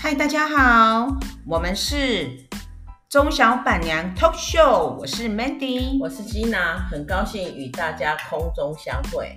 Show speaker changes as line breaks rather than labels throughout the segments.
嗨，大家好，我们是中小板娘 Talk Show， 我是 Mandy，
我是 Gina， 很高兴与大家空中相会。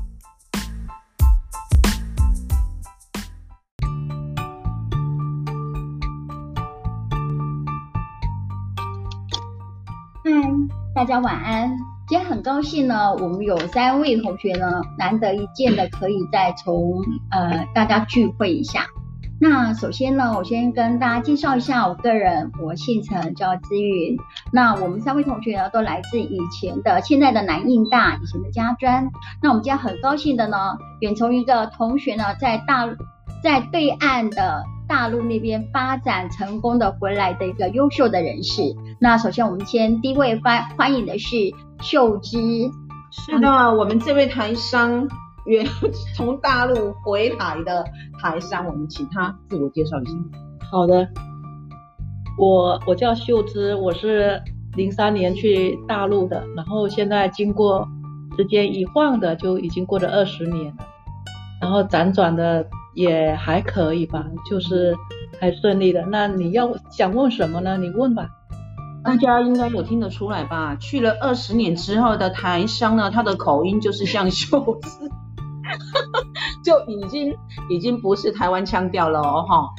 嗨，大家晚安。今天很高兴呢，我们有3位同学呢，难得一见的可以再大家聚会一下。那首先呢，我先跟大家介绍一下我个人，我姓陈，叫姿云。那我们3位同学呢，都来自现在的南印大，以前的家专。那我们今天很高兴的呢，远从一个同学呢，在对岸的大陆那边发展成功的回来的一个优秀的人士。那首先我们先第一位欢迎的是秀芝。
是的，我们这位台商从大陆回来的台商，我们请他自我介绍一下。
好的，我叫秀芝，我是03年去大陆的，然后现在经过时间一晃的就已经过了20年了，然后辗转的也还可以吧，就是还顺利的。那你想问什么呢？你问吧。
大家应该有听得出来吧？去了20年之后的台商呢，他的口音就是像秀芝，就已经不是台湾腔调了哦哈。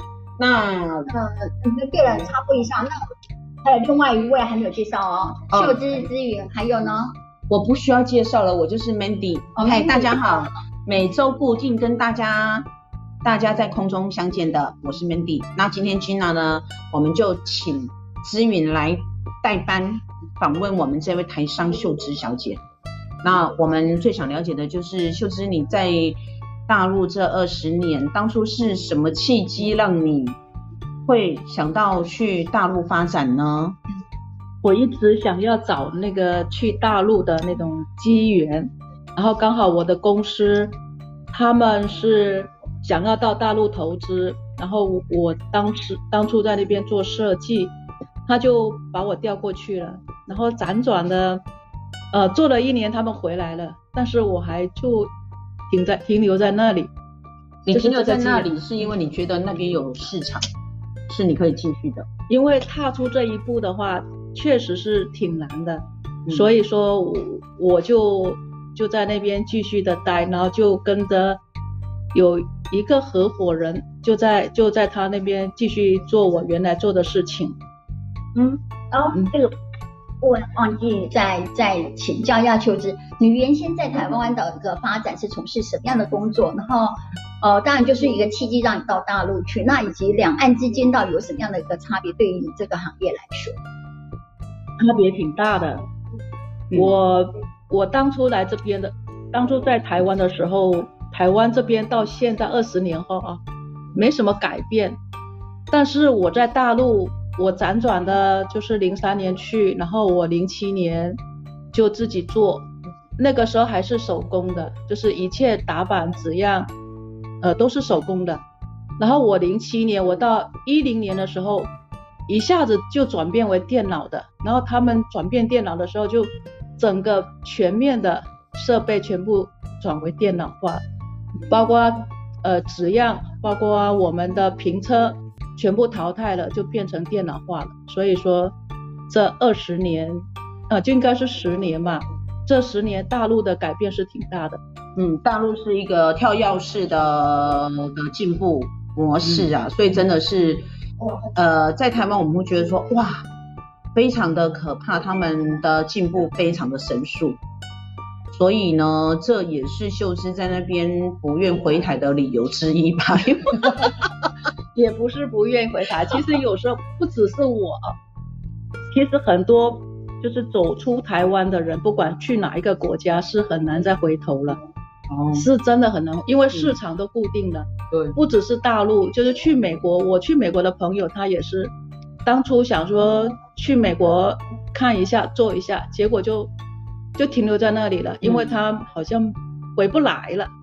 对了，插播一下，那还有另外一位还没有介绍哦，秀芝姿云，还有呢？
我不需要介绍了，我就是 Mandy。嗨，大家好，每周固定跟大家在空中相见的，我是 Mandy。那今天 Gina 呢，我们就请姿云来代班访问我们这位台商秀芝小姐。那我们最想了解的就是秀芝，你在大陆这20年，当初是什么契机让你会想到去大陆发展呢？
我一直想要找那个去大陆的那种机缘，然后刚好我的公司他们是想要到大陆投资，然后我当初在那边做设计，他就把我调过去了，然后辗转的做了1年，他们回来了，但是我还就停留在那里。
你停留在那里是因为你觉得那边有市场，是你可以继续的？
因为踏出这一步的话确实是挺难的，所以说我就在那边继续的待，然后就跟着有一个合伙人，就在他那边继续做我原来做的事情。
然后这个我忘记再请教一下秀芝，你原先在台湾的一个发展是从事什么样的工作？然后当然就是一个契机让你到大陆去，那以及两岸之间到底有什么样的一个差别？对于你这个行业来说，
差别挺大的。我当初来这边的，当初在台湾的时候，台湾这边到现在20年后啊，没什么改变。但是我在大陆，我辗转的就是03年去，然后我07年就自己做，那个时候还是手工的，就是一切打板纸样都是手工的。然后我07年，我到10年的时候一下子就转变为电脑的，然后他们转变电脑的时候，就整个全面的设备全部转为电脑化，包括纸样，包括我们的评测全部淘汰了，就变成电脑化了。所以说这20年就应该是10年吧，这10年大陆的改变是挺大的。
大陆是一个跳跃式的进步模式啊，所以真的是在台湾我们会觉得说哇，非常的可怕，他们的进步非常的神速。所以呢，这也是秀芝在那边不愿回台的理由之一吧。
也不是不愿意回台，其实有时候不只是我，其实很多就是走出台湾的人，不管去哪一个国家，是很难再回头了。是真的很难，因为市场都固定了。
对，
不只是大陆，就是去美国，我去美国的朋友他也是当初想说去美国看一下做一下，结果就停留在那里了，因为他好像回不来了。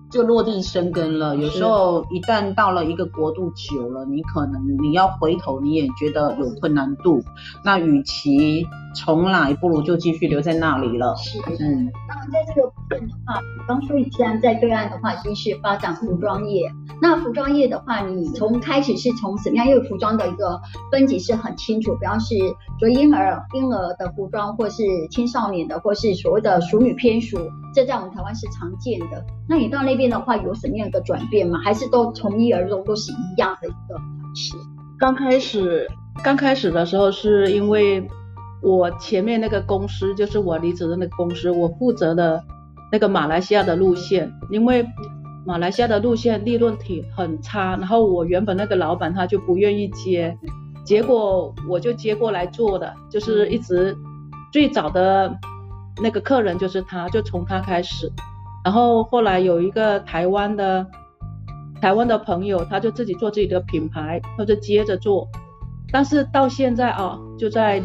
就落地生根了。有时候一旦到了一个国度久了，你可能你要回头，你也觉得有困难度。那与其重来，不如就继续留在那里了。
是，那在这个部分的话，比方说你既然在对岸的话，已经是发展服装业，那服装业的话，你从开始是从什么样？因为服装的一个分级是很清楚，比方是所以婴儿的服装，或是青少年的，或是所谓的熟女偏熟，这在我们台湾是常见的。那你到那边的话，有什么样的转变吗？还是都从一而终，都是一样的一个方式？
刚开始的时候，是因为我前面那个公司，就是我离职的那个公司，我负责的那个马来西亚的路线，因为马来西亚的路线利润很差，然后我原本那个老板他就不愿意接，结果我就接过来做的，就是一直最早的那个客人就是他，就从他开始，然后后来有一个台湾的朋友，他就自己做自己的品牌，他就接着做，但是到现在啊，就在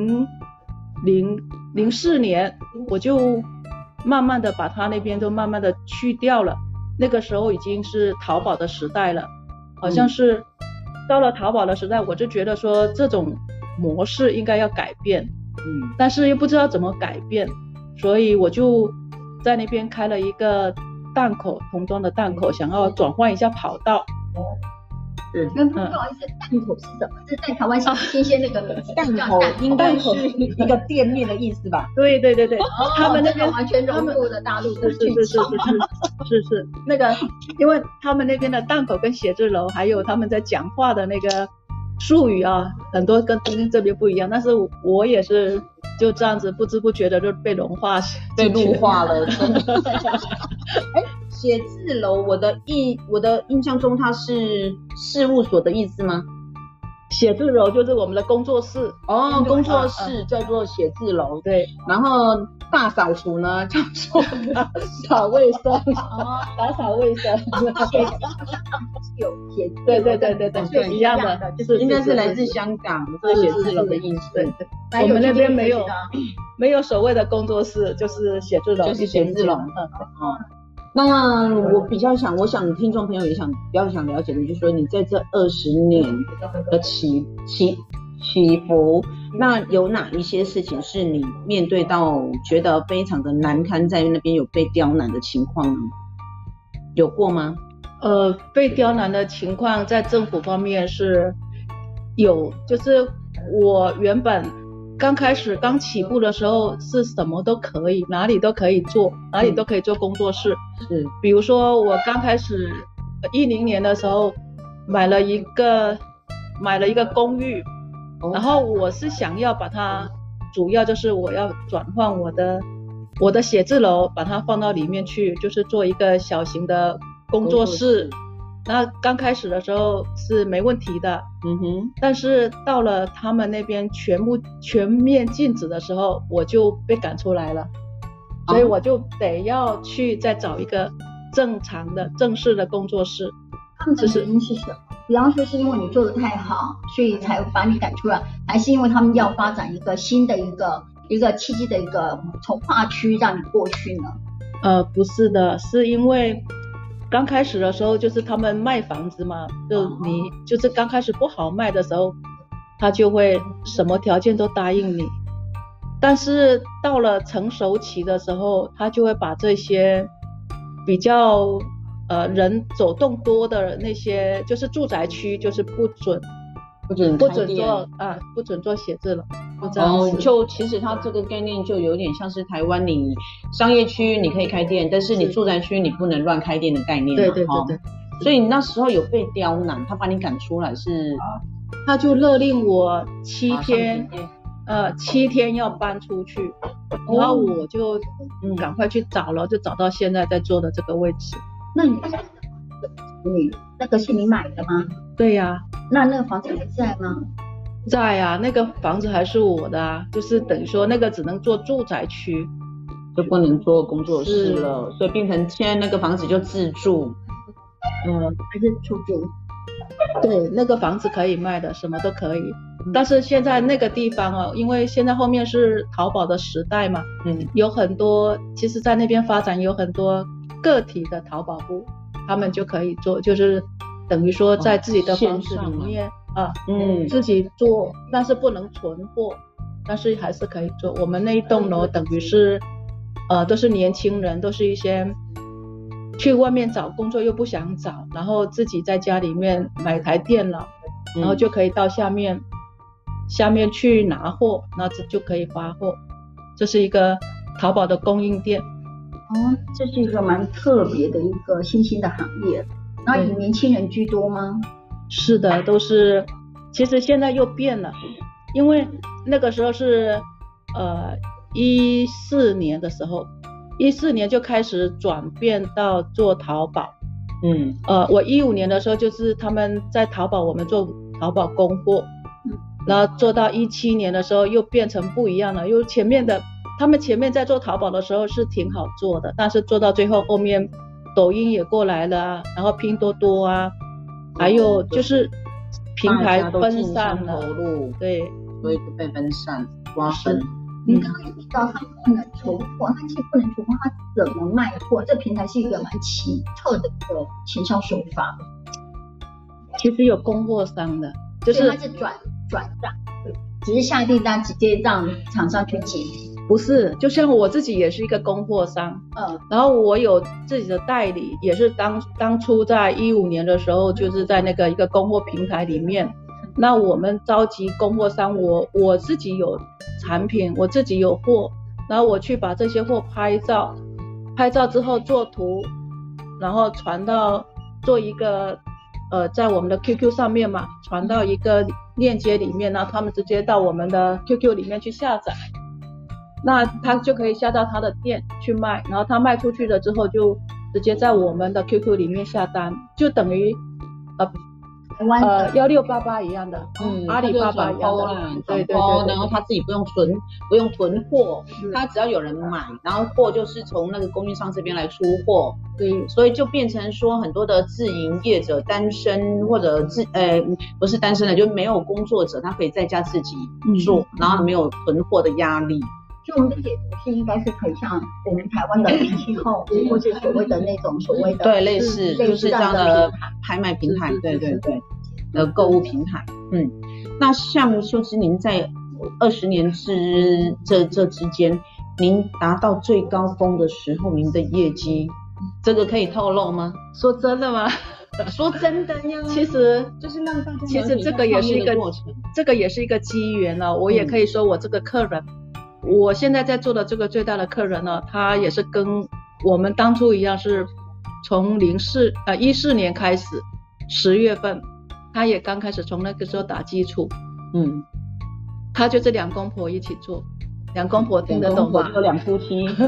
04年，我就慢慢的把他那边都慢慢的去掉了。那个时候已经是淘宝的时代了，好像是到了淘宝的时代，我就觉得说这种模式应该要改变，但是又不知道怎么改变，所以我就在那边开了一个档口，童装的档口，想要转换一下跑道。
那不好意思，档口是什么？是在台湾新鲜那个
档口应该是一个店面的意思吧？
对，他们那边
完全融入了大陆的
是那个，因为他们那边的档口跟写字楼，还有他们在讲话的那个术语啊，很多跟这边不一样，但是我也是就这样子不知不觉的就被融化，
被入化了，真的。写字楼，我的印象中它是事务所的意思吗？
写字楼就是我们的工作室
工作室叫做写字楼，
对。
然后大扫除呢叫做打扫卫生，
打扫卫生。
有写字，
对，一样的，就是
应该是来自香港这个写字楼的意思。
对，我们那边没有所谓的工作室，就是写字楼，
就是写字楼。那我想听众朋友也比较想了解的，就是说你在这20年的起伏，那有哪一些事情是你面对到觉得非常的难堪，在那边有被刁难的情况呢？有过吗？
被刁难的情况在政府方面是有，就是我原本刚起步的时候是什么都可以，哪里都可以做工作室。
是，
比如说我刚开始10年的时候买了一个公寓，然后我是想要把它，主要就是我要转换我的写字楼，把它放到里面去，就是做一个小型的工作室。那刚开始的时候是没问题的，但是到了他们那边全面禁止的时候，我就被赶出来了，所以我就得要去再找一个正常的正式的工作室。
他们的原因是什么？比方说是因为你做得太好，所以才把你赶出来，还是因为他们要发展一个新的一个契机的一个从跨区让你过去呢？
不是的，是因为刚开始的时候就是他们卖房子嘛，就是刚开始不好卖的时候，他就会什么条件都答应你，但是到了成熟期的时候，他就会把这些比较人走动多的那些就是住宅区，就是不准做写字楼。
就其实它这个概念就有点像是台湾，你商业区你可以开店，但是你住宅区你不能乱开店的概念。
对。
所以你那时候有被刁难，他把你赶出来是？
他就勒令我7天要搬出去，然后我就赶快去找了，就找到现在在做的这个位置。
那你那个是你买的吗？
对呀。
那个房子还在吗？
在啊，那个房子还是我的啊，就是等于说那个只能做住宅区，
就不能做工作室了，所以变成现在那个房子就自住，
还是出租？
对，那个房子可以卖的，什么都可以。但是现在那个地方因为现在后面是淘宝的时代嘛，有很多，其实在那边发展有很多个体的淘宝户，他们就可以做，就是等于说在自己的房子里面自己做，但是不能存货，但是还是可以做。我们那一栋楼等于是都是年轻人，都是一些去外面找工作又不想找，然后自己在家里面买台电脑，然后就可以到下面去拿货，那这就可以发货。这是一个淘宝的供应店。
这是一个蛮特别的一个新兴的行业。然后以年轻人居多吗？
是的，都是。其实现在又变了，因为那个时候是14年的时候，14年就开始转变到做淘宝。我15年的时候就是他们在淘宝，我们做淘宝供货，然后做到17年的时候又变成不一样了，因为他们前面在做淘宝的时候是挺好做的，但是做到最后面抖音也过来了，然后拼多多啊，还有就是平台分散了，对，
所以就被分散瓜分。
你刚刚有提到他不能存货，他既不能存货，他怎么卖货？这平台是一个蛮奇特的一个行销手法。
其实有供货商的，就是
他是转账，只是下订单直接让厂商去结。
不是，就像我自己也是一个供货商，然后我有自己的代理，也是当初在15年的时候，就是在那个一个供货平台里面，那我们召集供货商，我自己有产品，我自己有货，然后我去把这些货拍照之后做图，然后传到做一个在我们的 QQ 上面嘛，传到一个链接里面，然后他们直接到我们的 QQ 里面去下载。那他就可以下到他的店去卖，然后他卖出去了之后就直接在我们的 QQ 里面下单，就等于1688一样的，阿里巴巴一样的，对，
然后他自己不用囤货，他只要有人买，然后货就是从那个供应商这边来出货，对，所以就变成说很多的自营业者、单身或者不是单身的，就没有工作者，他可以在家自己做，然后没有囤货的压力。
所以我们的解读是应该是很像我们台湾的气候，或是所谓的那种所谓的
对类似就是这样的拍卖平台，对的购物平台。那像秀芝您在20年这之间，您达到最高峰的时候，您的业绩，这个可以透露吗？
说真的吗？
说真的呀，
其实
就是让大家
其实这个也是一个过程，这个也是一个机缘了。我也可以说我这个客人。我现在在做的这个最大的客人呢，他也是跟我们当初一样，是从14年开始，10月份，他也刚开始从那个时候打基础，他就是2公婆一起做，2公婆听得懂吗？
就2夫妻
我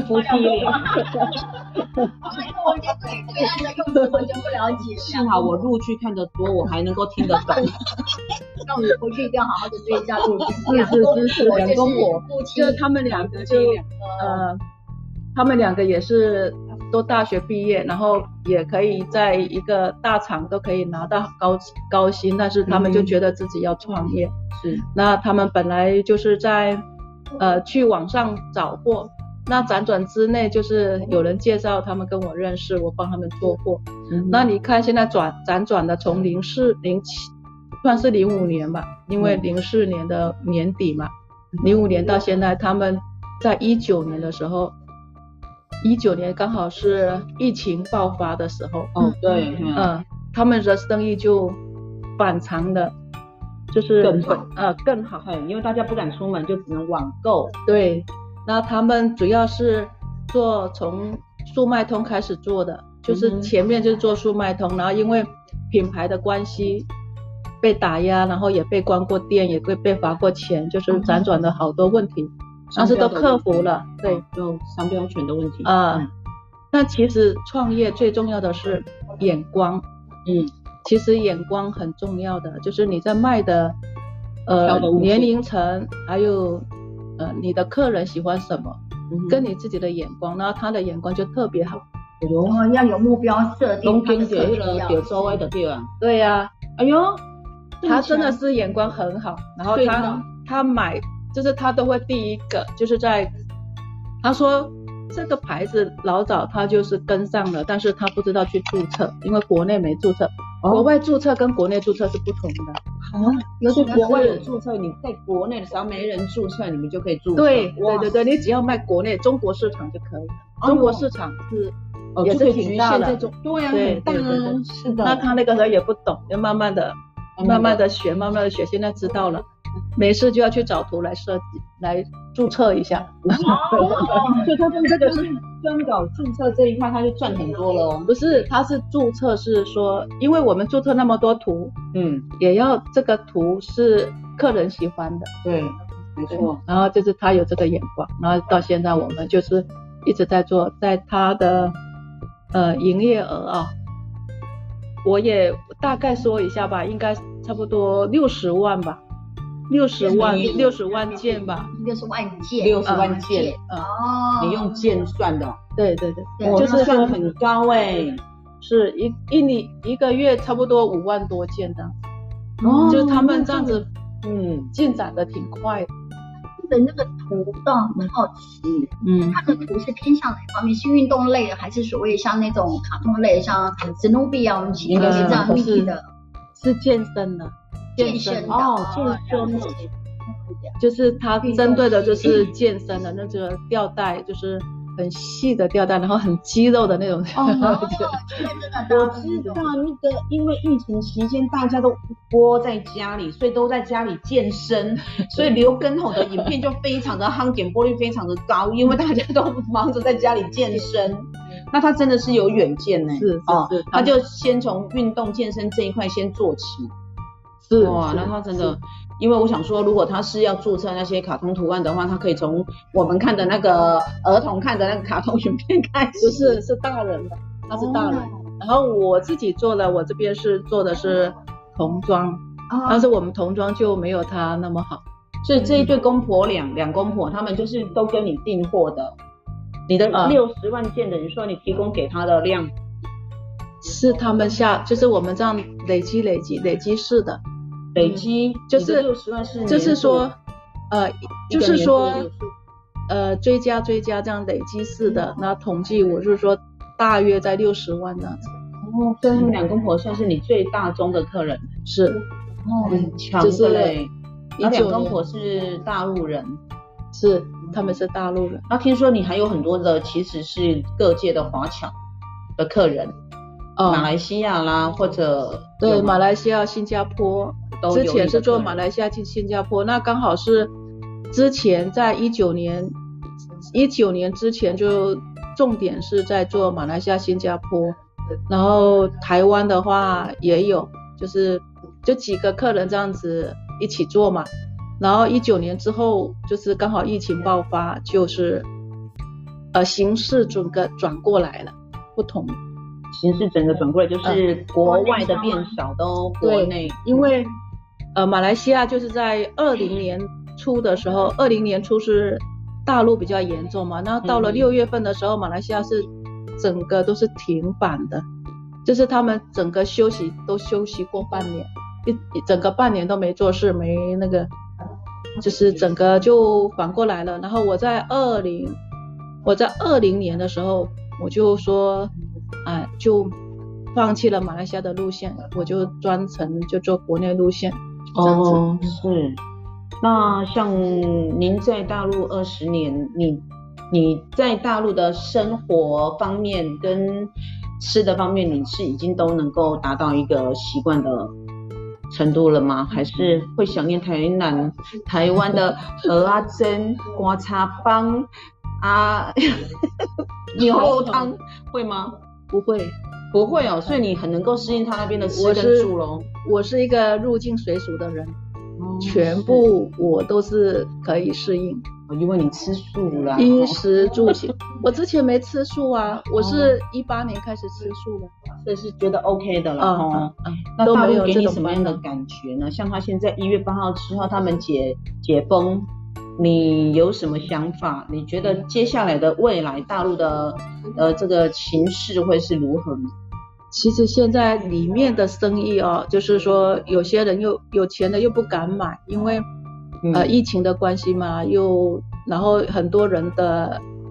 就不了解。
幸好我陆剧看得多，我还能够听得懂。
那我回去一定要好好的追一下陆剧。
是2公婆，就是他们2个就他们2个也是都大学毕业，然后也可以在一个大厂都可以拿到高薪，但是他们就觉得自己要创业。
是，
那他们本来就是在去网上找货，那辗转之内就是有人介绍他们跟我认识，我帮他们做货。那你看现在辗转的从04、07算是05年吧，因为04年的年底嘛，05年到现在，他们在19年的时候，19年刚好是疫情爆发的时候，
对，
他们的生意就反常的，就是更好，
因为大家不敢出门，就只能网购。
对，那他们主要是做从速卖通开始做的，就是前面就是做速卖通，然后因为品牌的关系被打压，然后也被关过店，也被罚过钱，就是辗转了好多问题，但是都克服了。对，
就商标权的问题。
那其实创业最重要的是眼光。其实眼光很重要的，就是你在卖的年龄层，还有你的客人喜欢什么，跟你自己的眼光，然后他的眼光就特别好。
要有目标设定，他的客人要
有周围的对啊。
对呀，
哎呦，
他真的是眼光很好，然后他买就是他都会第一个就是他说这个牌子老早他就是跟上了，但是他不知道去注册，因为国内没注册，国外注册跟国内注册是不同的。
有些国外有注册，你在国内的时候没人注册，你们就可以注册。
对，你只要卖国内中国市场就可以了。中国市场是也是挺大的，
对啊，很大啊，是的。
那他那个时候也不懂，就慢慢的学，现在知道了。没事就要去找图来设计，来注册一下。
所以他这个是专搞注册这一块，他就赚很多了哦。
不是，他是注册是说，因为我们注册那么多图，也要这个图是客人喜欢的。
对，没错。
然后就是他有这个眼光，然后到现在我们就是一直在做，在他的营业额啊，我也大概说一下吧，应该差不多60万吧。60万件吧
，60万件
，60万件，你用件算的，
对，
就是算很高
是一个月差不多5万多件这样子，就是他们这样子，进展的挺快的。
的那个图倒很好奇，它的图是偏向哪方面？是运动类的，还是所谓像那种卡通类，像史努比啊，我们其实这样 Mickey 的，
是健身的。
健身的，
就是他针对的就是健身的那个吊带，就是很细的吊带，然后很肌肉的那种。
我知道那个，因为疫情期间大家都窝在家里，所以都在家里健身，所以刘畊宏的影片就非常的夯，点播率非常的高，因为大家都忙着在家里健身。那他真的是有远见呢，
是，
他就先从运动健身这一块先做起。哇，那他真的，因为我想说，如果他是要注册那些卡通图案的话，他可以从我们看的那个儿童看的那个卡通影片开始。
不是，是大人的，他是大人。然后我自己做的，我这边是做的是童装，但是我们童装就没有他那么好。
所以这一对公婆两公婆，他们就是都跟你订货的。你的60万件等于说你提供给他的量，
是他们就是我们这样累积式的。
累积
就是
60万是，
就是说，就是说，追加这样累积式的，那统计我就是说大约在60万这样子。
所以他们两公婆算是你最大宗的客人。
是，
很强的嘞。那两公婆是大陆人，
是，他们是大陆人。
那听说你还有很多的其实是各界的华侨的客人，马来西亚啦，或者
对马来西亚、新加坡。之前是做马来西亚进新加坡，那刚好是之前在19年之前就重点是在做马来西亚、新加坡，然后台湾的话也有，就几个客人这样子一起做嘛。然后19年之后就是刚好疫情爆发，就是形势整个转过来了，不同。
形势整个转过来，就是国外的变少，都国内，
因为马来西亚就是在20年初的时候，20年初是大陆比较严重嘛，那到了6月份的时候，马来西亚是整个都是停摆的，就是他们整个休息过半年，整个半年都没做事，没那个，就是整个就反过来了。然后我在20年的时候，我就说，就放弃了马来西亚的路线，我就专程就做国内路线。
是。那像您在大陆20年，你在大陆的生活方面跟吃的方面，你是已经都能够达到一个习惯的程度了吗？还是会想念台湾的蚵仔煎、瓜叉帮牛肉汤，会吗？不会哦，所以你很能够适应他那边的吃跟住咯。
我是一个入境随俗的人，全部我都是可以适应。
因为你吃素啦，
衣食住行，我之前没吃素啊，我是18年开始吃素的，
所以是觉得 OK 的了。那大陆给你什么样的感觉呢？像他现在1月8号之后他们解封，你有什么想法？你觉得接下来的未来大陆的这个情势会是如何呢？
其实现在里面的生意就是说有些人又有钱的又不敢买，因为疫情的关系嘛，然后很多人的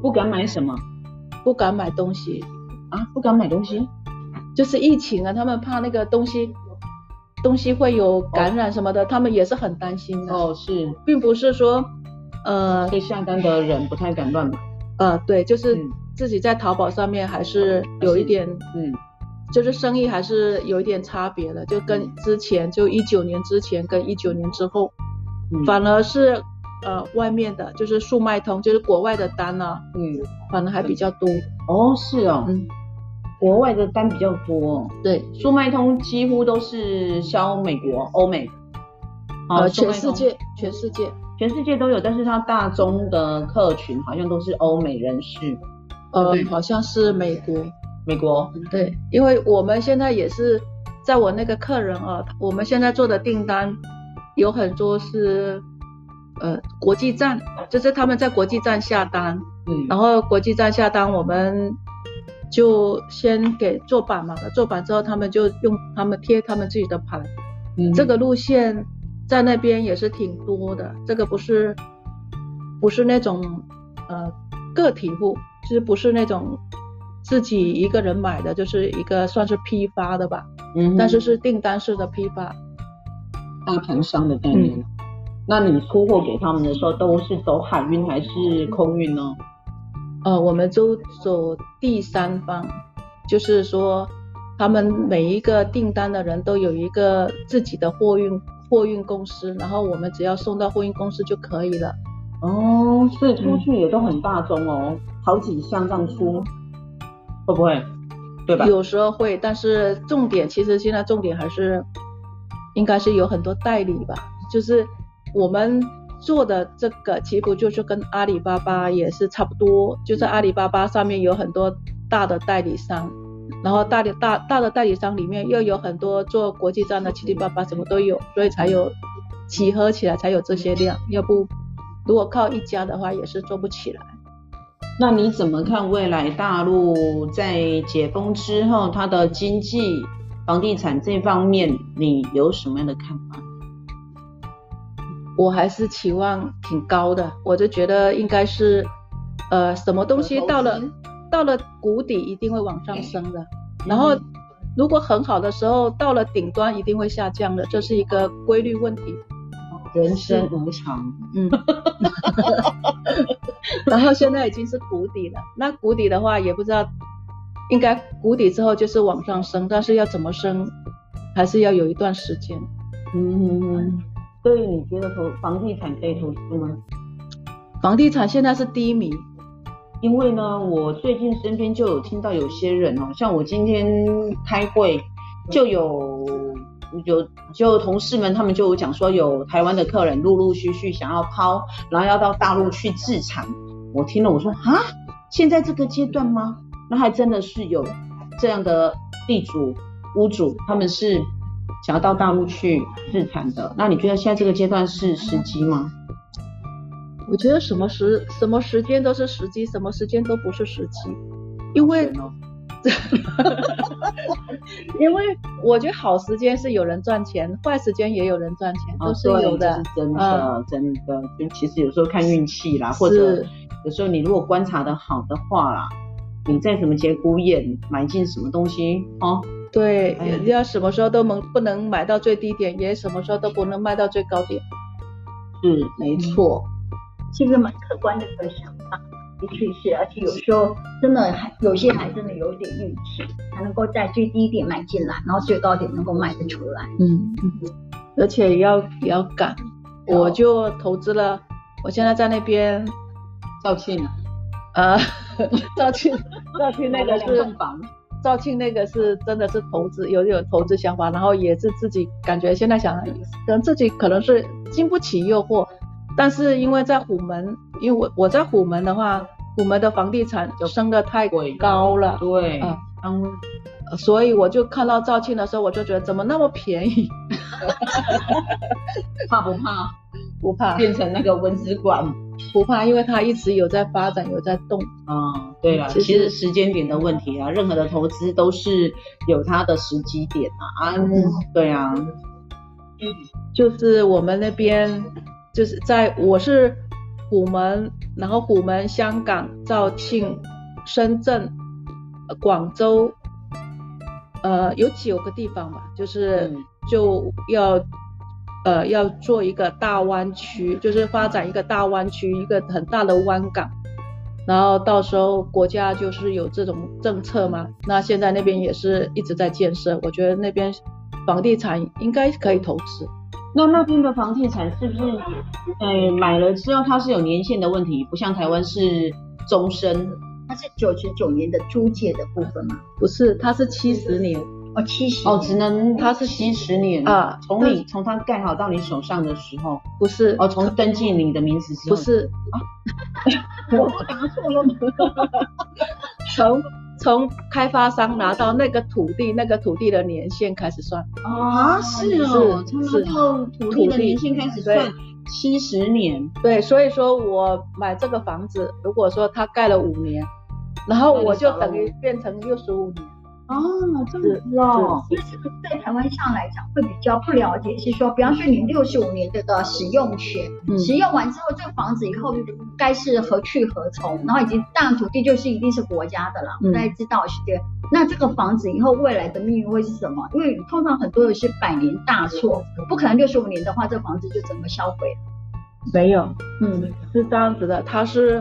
不敢买什么
不敢买东西
啊？不敢买东西，
就是疫情啊，他们怕那个东西会有感染什么的，他们也是很担心的。
哦，是，
并不是说
所以下单的人不太敢乱买。
对，就是自己在淘宝上面还是有一点，就是生意还是有一点差别的，就跟之前就19年之前跟19年之后，反而是外面的就是速卖通，就是国外的单啊，反而还比较多。
哦，是哦，国外的单比较多。
对，
速卖通几乎都是销美国、欧美，
全世界都有，但是它大宗的客群好像都是欧美人士。 好像是美国。对，因为我们现在也是在我那个客人啊，我们现在做的订单有很多是国际站，就是他们在国际站下单，然后国际站下单我们就先给做版嘛，做版之后他们就贴他们自己的牌，这个路线在那边也是挺多的，这个不是那种个体户，就是不是那种自己一个人买的，就是一个算是批发的吧，但是是订单式的批发，
大盘商的概念。那你出货给他们的时候都是走海运还是空运呢？
我们都走第三方，就是说他们每一个订单的人都有一个自己的货运公司，然后我们只要送到货运公司就可以了。
哦，所以出去也都很大宗哦，好几箱这样出，会不会？对吧？
有时候会，但是其实现在重点还是应该是有很多代理吧，就是我们做的这个其实就是跟阿里巴巴也是差不多，就在阿里巴巴上面有很多大的代理商，然后大的代理商里面又有很多做国际站的七七八八什么都有，所以才有集合起来才有这些量，要不如果靠一家的话也是做不起来。
那你怎么看未来大陆在解封之后，它的经济、房地产这方面，你有什么样的看法？
我还是期望挺高的，我就觉得应该是，什么东西到了谷底一定会往上升的，然后如果很好的时候到了顶端一定会下降的，这是一个规律问题。
人生无常。
然后现在已经是谷底了，那谷底的话也不知道，应该谷底之后就是往上升，但是要怎么升还是要有一段时间。
所以你觉得房地产可以投资吗？
房地产现在是低迷，
因为呢，我最近身边就有听到有些人哦，像我今天开会就同事们他们就有讲说，有台湾的客人陆陆续续想要抛，然后要到大陆去置产。我听了我说啊，现在这个阶段吗？那还真的是有这样的地主屋主，他们是想要到大陆去置产的。那你觉得现在这个阶段是时机吗？
我觉得什么时间都是时机，什么时间都不是时机，因为因为我觉得好时间是有人赚钱，坏时间也有人赚钱，都是有的。
这是真的，就其实有时候看运气啦，或者有时候你如果观察的好的话啦，你在什么节骨眼买进什么东西哦。
对，要什么时候都不能买到最低点，也什么时候都不能卖到最高点。
是，没错。
是一个蛮客观的一个想法，的确是，而且有时候真的有些还真的有点运气，才能够在最低点买进来，然后最高点能够卖得出来。
而且也要赶。我就投资了，我现在在那边
肇庆
肇庆那个是肇庆那个是真的是投资有投资想法，然后也是自己感觉现在想可能自己可能是经不起诱惑，但是因为在虎门，因为我在虎门的话，虎门的房地产就升得太高了，
对，
所以我就看到肇庆的时候，我就觉得怎么那么便宜。
怕不怕？
不怕，
变成那个文资馆。
不怕，因为它一直有在发展，有在动。
对啦，其实时间点的问题啊，任何的投资都是有它的时机点啊。对啊，
就是我们那边就是我是虎门然后虎门、香港、肇庆、深圳、广州，有9个地方吧，就是就要做一个大湾区，就是发展一个大湾区，一个很大的湾港。然后到时候国家就是有这种政策嘛，那现在那边也是一直在建设，我觉得那边房地产应该可以投资。
那边的房地产是不是买了之后它是有年限的问题，不像台湾是终身？
它是99年的租借的部分吗？
不是，它是70年。
70
只能它是70年
啊，
从它盖好到你手上的时候，
不是
从登记你的名字之后，
不是
啊，我答错了
从开发商拿到那个土地的年限开始算。
是从拿到土地的年限开始算70年。
对，所以说我买这个房子，如果说它盖了5年，然后我就等于变成65年。
这样子哦。
其实在台湾上来讲会比较不了解，是说，比方说你65年的使用权，使用完之后，这个房子以后该是何去何从，然后以及当然土地就是一定是国家的啦，我们大家知道是对。那这个房子以后未来的命运会是什么？因为通常很多的是百年大错，不可能65年的话，这房子就整个销毁了。
没有，是这样子的，它是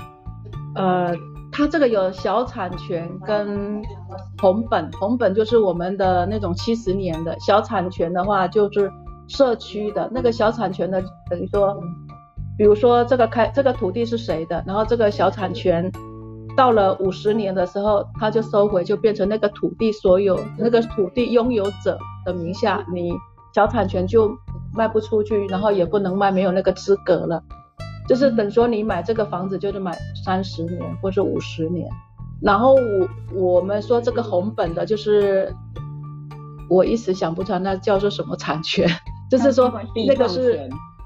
它这个有小产权跟红本就是我们的那种70年的，小产权的话就是社区的那个小产权的，等于说，比如说这个土地是谁的，然后这个小产权到了50年的时候，他就收回，就变成那个土地所有那个土地拥有者的名下，你小产权就卖不出去，然后也不能卖，没有那个资格了。就是等于说你买这个房子就是买30年或者50年，然后我们说这个红本的，就是我一时想不出来那叫做什么产权，就是说那个是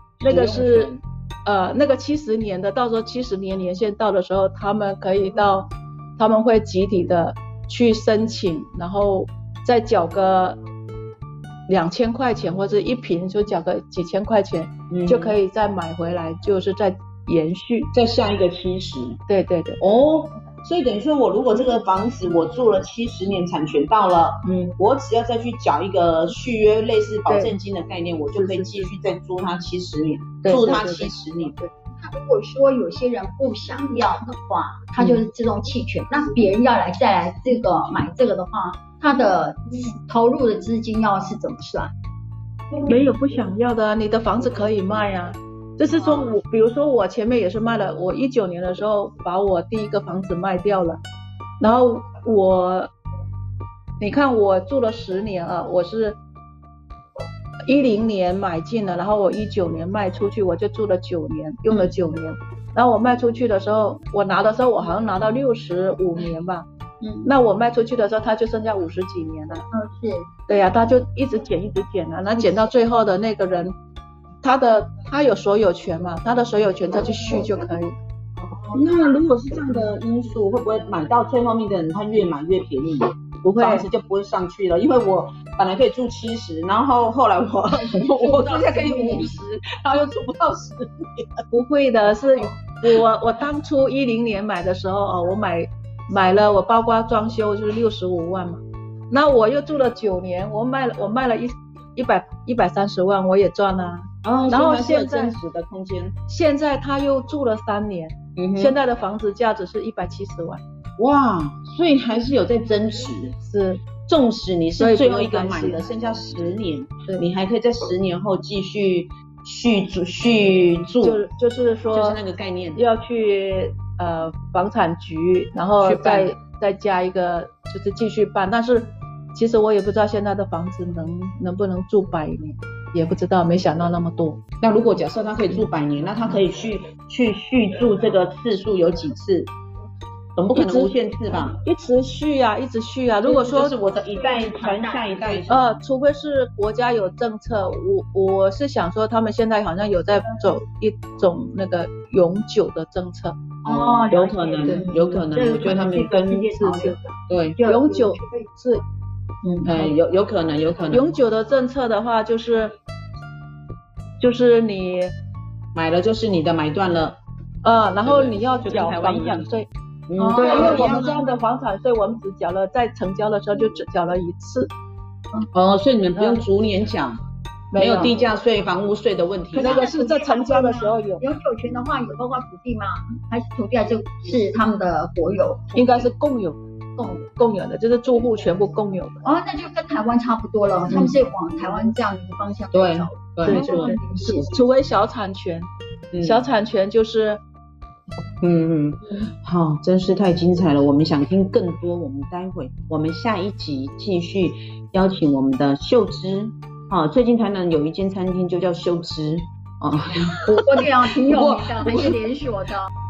那个70年的，到时候70年年限到的时候，他们会集体的去申请，然后再缴个2000块钱，或者一坪就缴个几千块钱，就可以再买回来，就是再延续，
再下一个70。
对对对。
所以等于说我如果这个房子我住了70年，产权到了，我只要再去缴一个续约类似保证金的概念，我就可以继续再租它70年，住它70年。
对。那如果说有些人不想要的话，他就是自动弃权，那别人要再来这个买这个的话，他的投入的资金要是怎么算？
没有不想要的，你的房子可以卖啊。就是说比如说我前面也是卖了，我19年的时候把我第一个房子卖掉了，然后你看我住了10年啊，我是10年买进了，然后我19年卖出去，我就住了9年，用了9年，然后我卖出去的时候，我拿的时候我好像拿到65年吧，那我卖出去的时候它就剩下50几年了。
是。
对呀，他就一直减了，那减到最后的那个人，他有所有权嘛，他的所有权再去续就可以。
那如果是这样的因素，会不会买到最后面的人他越买越便宜？
不会，
房子就不会上去了，因为我本来可以住70，然后后来我现在可以50，然后又住不到10年。
不会的，是我当初10年买的时候我买了，我包括装修就是65万嘛，那我又住了9年，我卖了130万，我也赚了。然后现在
增值的空间，
现在他又住了3年，现在的房子价值是170万。
哇，所以还是有在增值。
是，
纵使你是最后一个买的，剩下10年，你还可以在10年后继续续住，
就是说
就是那个概念，
要去房产局，然后再加一个就是继续办，但是其实我也不知道现在的房子能不能住100年，也不知道，没想到那么多。
那如果假设他可以住100年，那他可以去续住这个次数有几次？总不可能无限次吧？
一直續啊。如果说
就是我的一代传下一代，
除非是国家有政策，我是想说他们现在好像有在走一种那个永久的政策。
有可能，我觉得他们跟对
永久是，
有可能。
永久的政策的话，就是你
买了就是你的，买断了
然后你要缴房产税。
对，
因为我们这样的房产税，我们只缴了在成交的时候就只缴了一次。
所以你们不用逐年缴，没有地价税、房屋税的问题。
那个是在成交的时候有。
永久权的话，有包括土地吗？还是土地还是他们的国有？
应该是共有的，就是住户全部共有的。
那就跟台湾差不多了，他们是往台湾这样一个方向走。
对，
除非小产权，小产权就是。
好，真是太精彩了。我们想听更多，我们下一集继续邀请我们的秀芝。最近台南有一间餐厅就叫秀芝。火锅店挺有名的，还是连锁的。